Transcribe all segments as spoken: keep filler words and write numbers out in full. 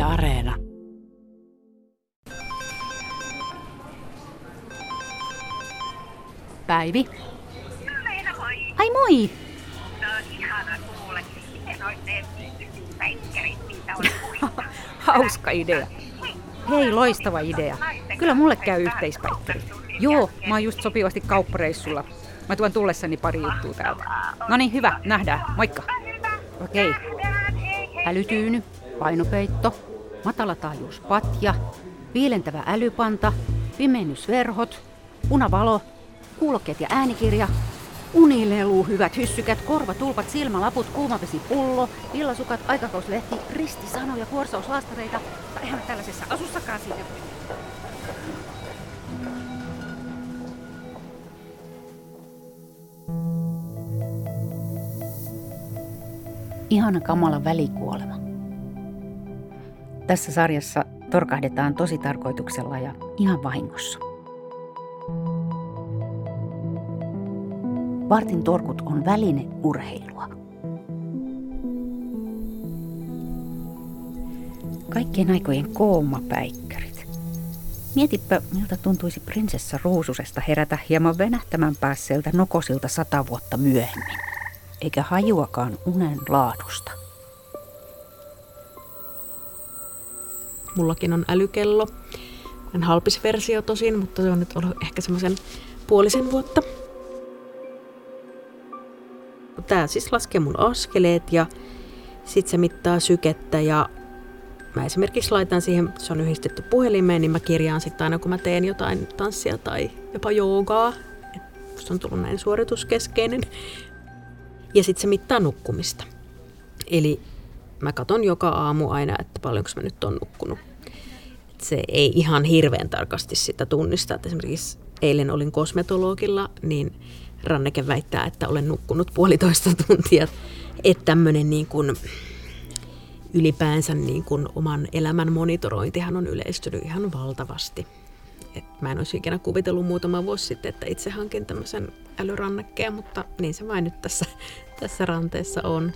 Areena. Päivi. Leena, moi. Ai moi! No ihana kuule. Miten oikein päikkärit, mitä on puhuttu? Hauska idea. Hei, loistava idea. Kyllä mulle käy yhteispäikkäri. Joo, mä oon just sopivasti kauppareissulla. Mä tuon tullessani pari juttua täältä. No niin, hyvä, nähdään. Moikka. Okei. Älytyyny, painopeitto, matalataajuuspatja, viilentävä älypanta, pimennysverhot, punavalo, kuulokkeet ja äänikirja, unilelu, hyvät hyssykät, korvatulpat, silmälaput, kuumavesipullo, villasukat, aikakauslehti, ristisanoja, kuorsauslaastareita. Tai eihän mä tällaisessa asussakaan siinä. Ihana kamala välikuolema. Tässä sarjassa torkahdetaan tosi tarkoituksella ja ihan vahingossa. Vartin torkut on väline urheilua. Kaikkien aikojen koommapäikkärit. Mietipä, miltä tuntuisi prinsessa Ruususesta herätä hieman venähtämän päässeeltä nokosilta sata vuotta myöhemmin. Eikä hajuakaan unen laadusta. Mullakin on älykello. En halpis versio tosin, mutta se on nyt ollut ehkä semmoisen puolisen vuotta. Tää siis laskee mun askeleet ja sit se mittaa sykettä ja mä esimerkiksi laitan siihen, se on yhdistetty puhelimeen, niin mä kirjaan sitten aina kun mä teen jotain tanssia tai jopa joogaa. Et musta on tullut näin suorituskeskeinen. Ja sitten se mittaa nukkumista. Eli mä katon joka aamu aina, että paljonko mä nyt on nukkunut. Et se ei ihan hirveän tarkasti sitä tunnista. Et esimerkiksi eilen olin kosmetologilla, niin Ranneke väittää, että olen nukkunut puolitoista tuntia. Että tämmöinen niin kuin ylipäänsä niin kuin oman elämän monitorointihan on yleistynyt ihan valtavasti. Et mä en olisi ikinä kuvitellut muutama vuosi sitten, että itse hankin tämmöisen älyrannekkeen, mutta niin se vain nyt tässä, tässä ranteessa on.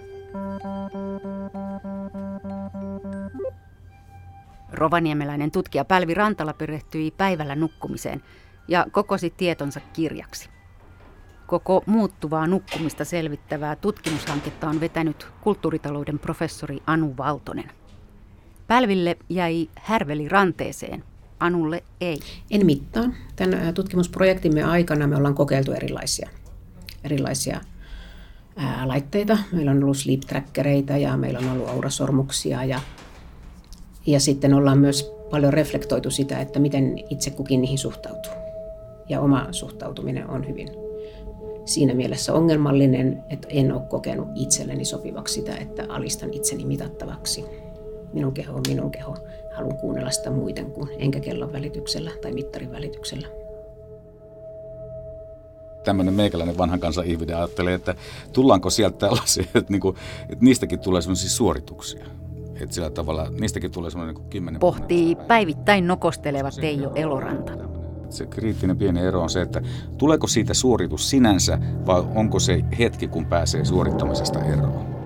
Rovaniemeläinen tutkija Pälvi Rantala perehtyi päivällä nukkumiseen ja kokosi tietonsa kirjaksi. Koko muuttuvaa nukkumista selvittävää tutkimushanketta on vetänyt kulttuuritalouden professori Anu Valtonen. Pälville jäi härveli ranteeseen. Anulle ei. En mittaa. Tämän tutkimusprojektimme aikana me ollaan kokeiltu erilaisia, erilaisia ää, laitteita. Meillä on ollut sleep trackereita ja meillä on ollut aurasormuksia ja, ja sitten ollaan myös paljon reflektoitu sitä, että miten itse kukin niihin suhtautuu. Ja oma suhtautuminen on hyvin siinä mielessä ongelmallinen, että en ole kokenut itselleni sopivaksi sitä, että alistan itseni mitattavaksi. Minun keho on minun keho. Haluan kuunnella sitä muiden kuin enkä kellon välityksellä tai mittarin välityksellä. Tämmöinen meikäläinen vanhan kansan ihminen ajattelee, että tullaanko sieltä tällaisia, että, niinku, että niistäkin tulee sellaisia suorituksia. Että sillä tavalla niistäkin tulee semmoinen niin kymmenen... Pohtii päivittäin nokosteleva Teijo Eloranta. Se kriittinen pieni ero on se, että tuleeko siitä suoritus sinänsä vai onko se hetki, kun pääsee suorittamisesta eroon.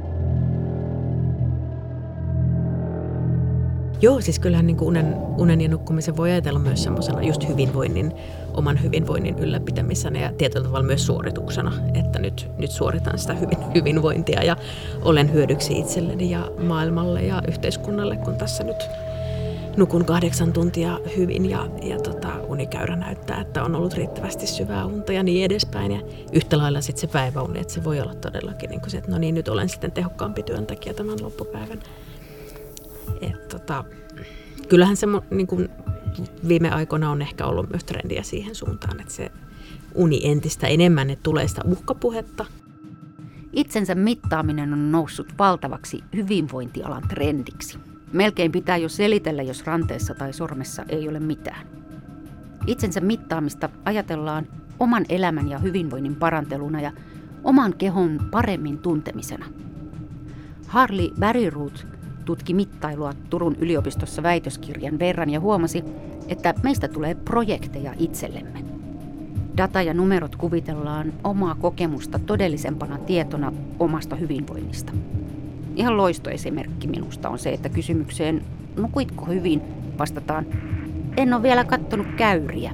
Joo, siis kyllähän niin kuin unen, unen ja nukkumisen voi ajatella myös semmoisena just hyvinvoinnin, oman hyvinvoinnin ylläpitämisenä ja tietyllä tavalla myös suorituksena, että nyt, nyt suoritan sitä hyvin, hyvinvointia ja olen hyödyksi itselleni ja maailmalle ja yhteiskunnalle, kun tässä nyt nukun kahdeksan tuntia hyvin ja, ja tota, unikäyrä näyttää, että on ollut riittävästi syvää unta ja niin edespäin. Ja yhtä lailla sitten se päiväuni, että se voi olla todellakin niin kuin se, että no niin, nyt olen sitten tehokkaampi työntekijä tämän loppupäivän. Et, tota, kyllähän se niin kuin viime aikoina on ehkä ollut myös trendiä siihen suuntaan, että se uni entistä enemmän, että tulee sitä uhkapuhetta. Itsensä mittaaminen on noussut valtavaksi hyvinvointialan trendiksi. Melkein pitää jo selitellä, jos ranteessa tai sormessa ei ole mitään. Itsensä mittaamista ajatellaan oman elämän ja hyvinvoinnin paranteluna ja oman kehon paremmin tuntemisena. Harley Barryroot tutki mittailua Turun yliopistossa väitöskirjan verran ja huomasi, että meistä tulee projekteja itsellemme. Data ja numerot kuvitellaan omaa kokemusta todellisempana tietona omasta hyvinvoinnista. Ihan loistoesimerkki minusta on se, että kysymykseen nukuitko hyvin vastataan, en ole vielä kattonut käyriä.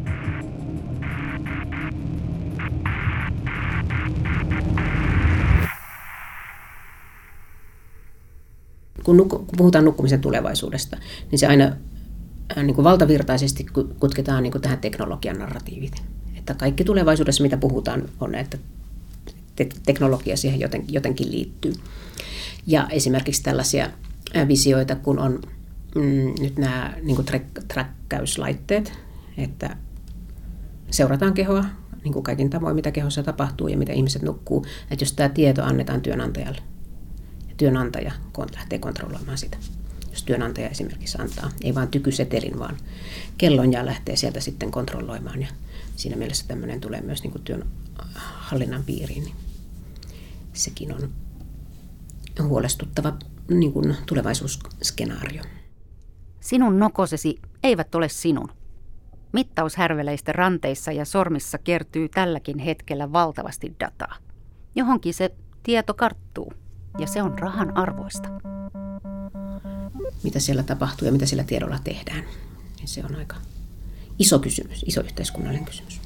Kun, nuk- kun puhutaan nukkumisen tulevaisuudesta, niin se aina äh, niin kuin valtavirtaisesti kutketaan niin kuin tähän teknologian narratiiviin. Että kaikki tulevaisuudessa, mitä puhutaan, on, että te- teknologia siihen joten, jotenkin liittyy. Ja esimerkiksi tällaisia äh, visioita, kun on mm, nyt nämä niin kuin track- träkkäyslaitteet, että seurataan kehoa, niin kuin kaikin tavoin, mitä kehossa tapahtuu ja miten ihmiset nukkuu, että jos tämä tieto annetaan työnantajalle, työnantaja lähtee kontrolloimaan sitä. Jos työnantaja esimerkiksi antaa, ei vaan tykysetelin, vaan kellon ja lähtee sieltä sitten kontrolloimaan. Ja siinä mielessä tämmöinen tulee myös niin kuin työn hallinnan piiriin. Niin sekin on huolestuttava niin kuin tulevaisuusskenaario. Sinun nokosesi eivät ole sinun. Mittaushärveleistä ranteissa ja sormissa kertyy tälläkin hetkellä valtavasti dataa. Johonkin se tieto karttuu. Ja se on rahan arvoista. Mitä siellä tapahtuu ja mitä sillä tiedolla tehdään, niin se on aika iso kysymys, iso yhteiskunnallinen kysymys.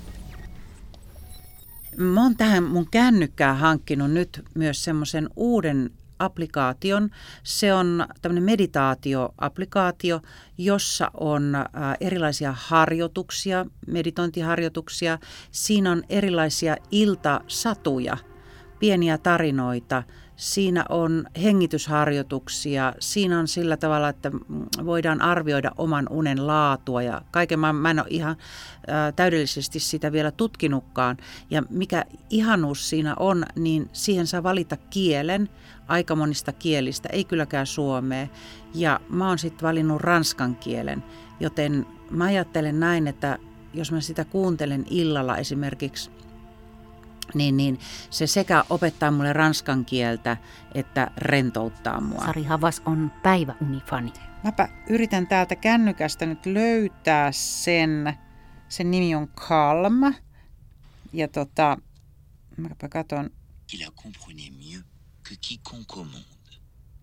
Mä oon tähän mun kännykkään hankkinut nyt myös semmoisen uuden applikaation. Se on tämmöinen meditaatioapplikaatio, jossa on erilaisia harjoituksia, meditointiharjoituksia. Siinä on erilaisia iltasatuja, pieniä tarinoita. Siinä on hengitysharjoituksia, siinä on sillä tavalla, että voidaan arvioida oman unen laatua ja kaiken. Mä, mä en ole ihan ä, täydellisesti sitä vielä tutkinutkaan. Ja mikä ihanuus siinä on, niin siihen saa valita kielen, aika monista kielistä, ei kylläkään suomea. Ja mä oon sitten valinnut ranskan kielen, joten mä ajattelen näin, että jos mä sitä kuuntelen illalla esimerkiksi, Niin, niin se sekä opettaa mulle ranskan kieltä, että rentouttaa mua. Sari Havas on päiväunifani. Mäpä yritän täältä kännykästä nyt löytää sen. Sen nimi on Calm. Ja tota, mäpä katon. Il la comprenait mieux que quiconque au monde.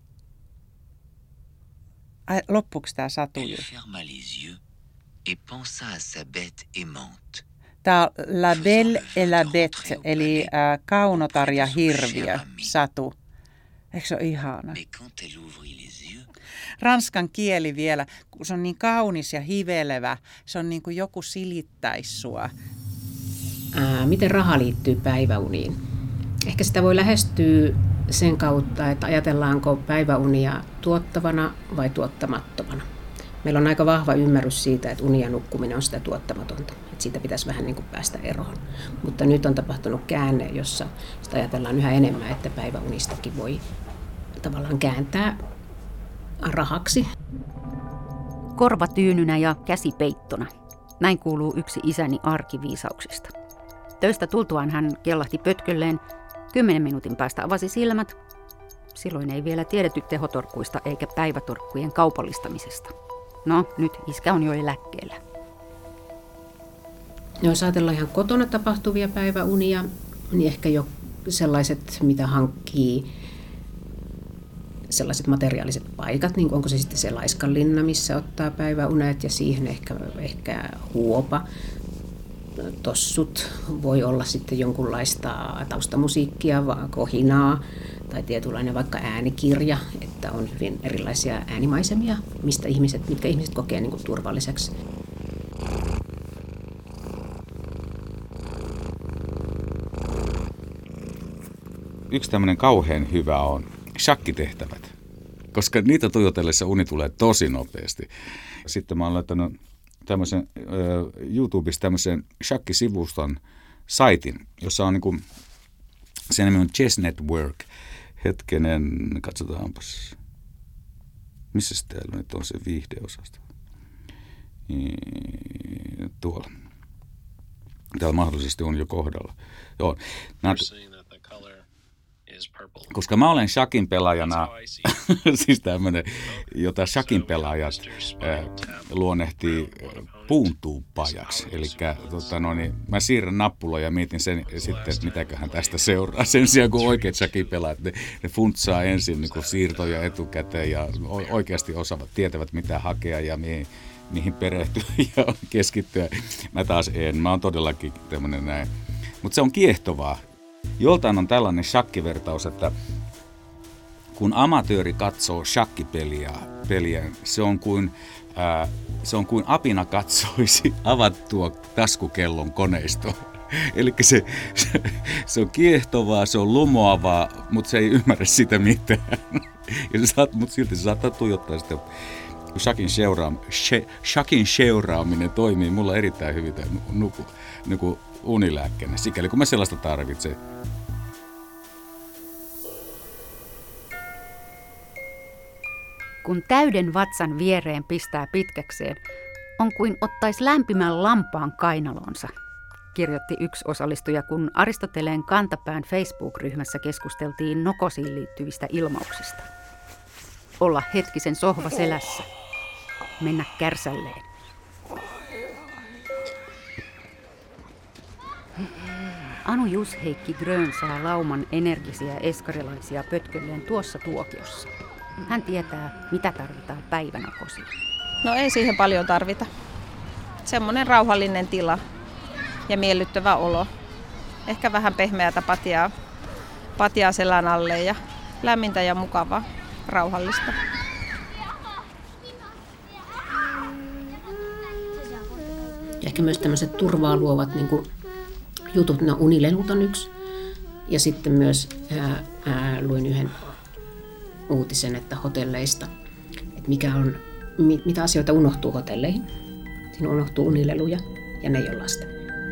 Ai, loppuuko tää satu? Elle ferma les yeux et pensa à sa bête aimante. Tämä on La Belle et la Bête, eli äh, Kaunotar ja hirviö, satu. Eikö se ole ihana? Ranskan kieli vielä, kun se on niin kaunis ja hivelevä, se on niin kuin joku silittäisi sua. Ää, miten raha liittyy päiväuniin? Ehkä sitä voi lähestyä sen kautta, että ajatellaanko päiväunia tuottavana vai tuottamattomana. Meillä on aika vahva ymmärrys siitä, että uni ja nukkuminen on sitä tuottamatonta. Että siitä pitäisi vähän niin kuin päästä eroon. Mutta nyt on tapahtunut käänne, jossa sitä ajatellaan yhä enemmän, että päiväunistakin voi tavallaan kääntää rahaksi. Korva tyynynä ja käsi peittona. Näin kuuluu yksi isäni arkiviisauksista. Töistä tultuaan hän kellahti pötkölleen. Kymmenen minuutin päästä avasi silmät. Silloin ei vielä tiedetty tehotorkkuista eikä päivätorkkujen kaupallistamisesta. No, nyt iskä on jo eläkkeellä. No, jos ajatellaan ihan kotona tapahtuvia päiväunia, niin ehkä jo sellaiset, mitä hankkii sellaiset materiaaliset paikat, niin onko se sitten se laiskanlinna, missä ottaa päiväunet ja siihen ehkä, ehkä huopa. Tossut voi olla sitten jonkunlaista taustamusiikkia, kohinaa tai tietynlainen vaikka äänikirja, että on hyvin erilaisia äänimaisemia, mistä ihmiset, mitkä ihmiset kokee niin kuin turvalliseksi. Yksi tämmöinen kauhean hyvä on shakkitehtävät, koska niitä tuijotellessa uni tulee tosi nopeasti. Sitten mä oon laittanut tämmöisen äh, YouTubesta tämmöisen shakkisivuston saitin, jossa on niinku, sen nimi on Chess Network. Hetkenen, katsotaanpas. Missä täällä nyt on se viihdeosasto? Tuolla. Täällä mahdollisesti on jo kohdalla. Joo. Nää, Koska mä olen shakin pelaajana, siis tämmöinen, jota shakin pelaajat äh, luonnehtii puuntuuppajaksi. Eli tota, no niin, mä siirrän nappuloja ja mietin sen sitten, että mitäköhän tästä seuraa. Sen sijaan kun oikeat shakin pelaajat, ne, ne funtsaa ensin niin kuin siirtoja etukäteen ja oikeasti osaavat, tietävät mitä hakea ja mihin, mihin perehtyä ja keskittyä. Mä taas en, mä oon todellakin tämmöinen näin. Mutta se on kiehtovaa. Joltain on tällainen shakkivertaus, että kun amatööri katsoo shakkipeliä, peliä, se on kuin, ää, se on kuin apina katsoisi avattua taskukellon koneistoa. Eli se, se, se on kiehtovaa, se on lumoavaa, mutta se ei ymmärrä sitä mitään. Ja se saat, mutta silti se saattaa tuijottaa sitä. Kun shakin, seuraam, she, shakin seuraaminen toimii mulla erittäin hyvin nuku, nuku unilääkkeenä, sikäli kun mä sellaista tarvitsen. Kun täyden vatsan viereen pistää pitkäkseen, on kuin ottaisi lämpimän lampaan kainalonsa, kirjoitti yksi osallistuja, kun Aristoteleen kantapään Facebook-ryhmässä keskusteltiin nokosiin liittyvistä ilmauksista. Olla hetkisen sohva selässä, mennä kärsälleen. Anu Jusheikki Grön saa lauman energisiä eskarilaisia pötkölleen tuossa tuokiossa. Hän tietää, mitä tarvitaan päivänakosiin. No ei siihen paljon tarvita. Semmoinen rauhallinen tila ja miellyttävä olo. Ehkä vähän pehmeätä patiaa, patiaa selän alle ja lämmintä ja mukavaa, rauhallista. Ja ehkä myös tämmöiset turvaa luovat niin kuin jutut, no unilelut on yksi. Ja sitten myös ää, ää, luin yhden uutisen, että hotelleista, että mikä on, mit, mitä asioita unohtuu hotelleihin. Siinä unohtuu unileluja ja ne ei ole lasta.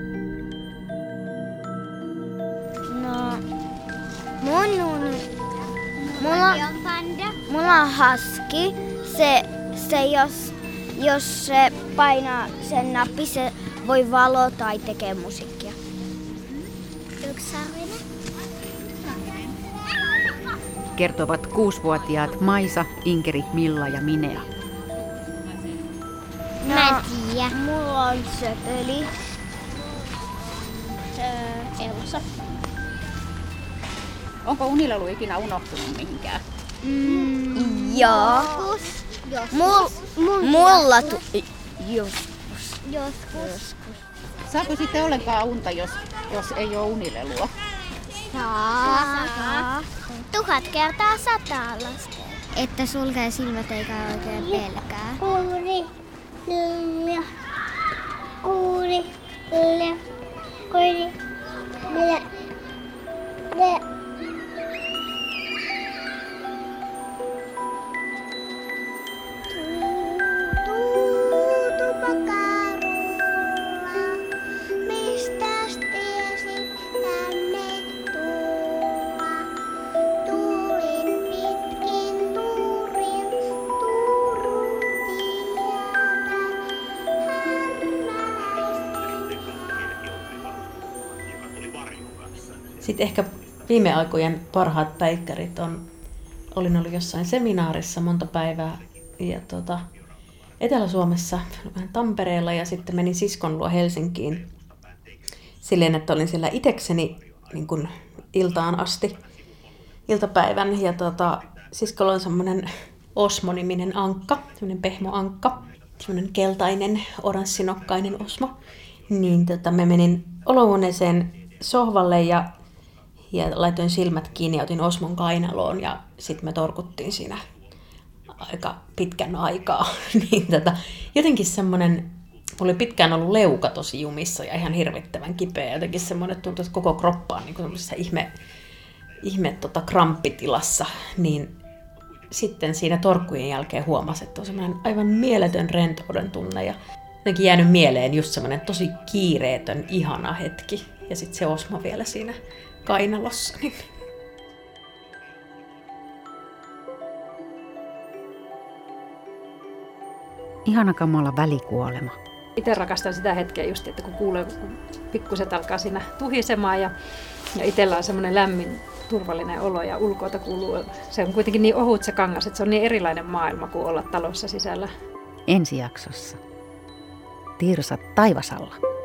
No, mun uni, mulla, mulla on husky. Se, se jos, jos se painaa sen nappi, se voi valo tai tekee musiikkia. Yksisarvinen. Kertovat kuusivuotiaat Maisa, Inkeri, Milla ja Minea. No, mä en tiedä. Mulla on söpöli. Öö, Elsa. Onko unilelu ikinä unohtunut mihinkään? Mm, joo. Joskus. Mul, mul, mulla tu- joskus. Joskus. Saako sitten ollenkaan unta, jos, jos ei ole unilelua? Saa. Saa. Tuhat kertaa sataa laskea. Että sulkee silmät eikä oikein pelkää. Kuuri, lä, kuuri, lä, kuuri, lä, lä. Sitten ehkä viime aikojen parhaat päikkärit on, olin ollut jossain seminaarissa monta päivää ja tuota, Etelä-Suomessa, vähän Tampereella ja sitten menin siskon luo Helsinkiin silleen, että olin siellä itekseni niin kuin iltaan asti, iltapäivän ja tuota, siskolla on semmoinen Osmo-niminen ankka, semmoinen pehmoankka, semmoinen keltainen, oranssinokkainen Osmo. Niin tota, me menin olohuoneeseen sohvalle ja Ja laitoin silmät kiinni ja otin Osmon kainaloon ja sitten me torkuttiin siinä aika pitkän aikaa. niin tota, jotenkin semmoinen, mulla oli pitkään ollut leuka tosi jumissa ja ihan hirvittävän kipeä. Jotenkin semmoinen, että tuntui, että koko kroppa on niin semmoisessa ihme, ihme tota, kramppitilassa. Niin sitten siinä torkkujen jälkeen huomasi, että on semmoinen aivan mieletön rentouden tunne. Ja jotenkin jäänyt mieleen just semmoinen tosi kiireetön, ihana hetki. Ja sitten se Osmo vielä siinä kainalossa. Niin. Ihana kamala välikuolema. Itse rakastan sitä hetkeä just, että kun kuulee, kun pikkuset alkaa siinä tuhisemaan ja, ja itsellä on semmoinen lämmin, turvallinen olo ja ulkoota kuuluu. Se on kuitenkin niin ohut se kangas, että se on niin erilainen maailma kuin olla talossa sisällä. Ensi jaksossa. Tirsat taivasalla.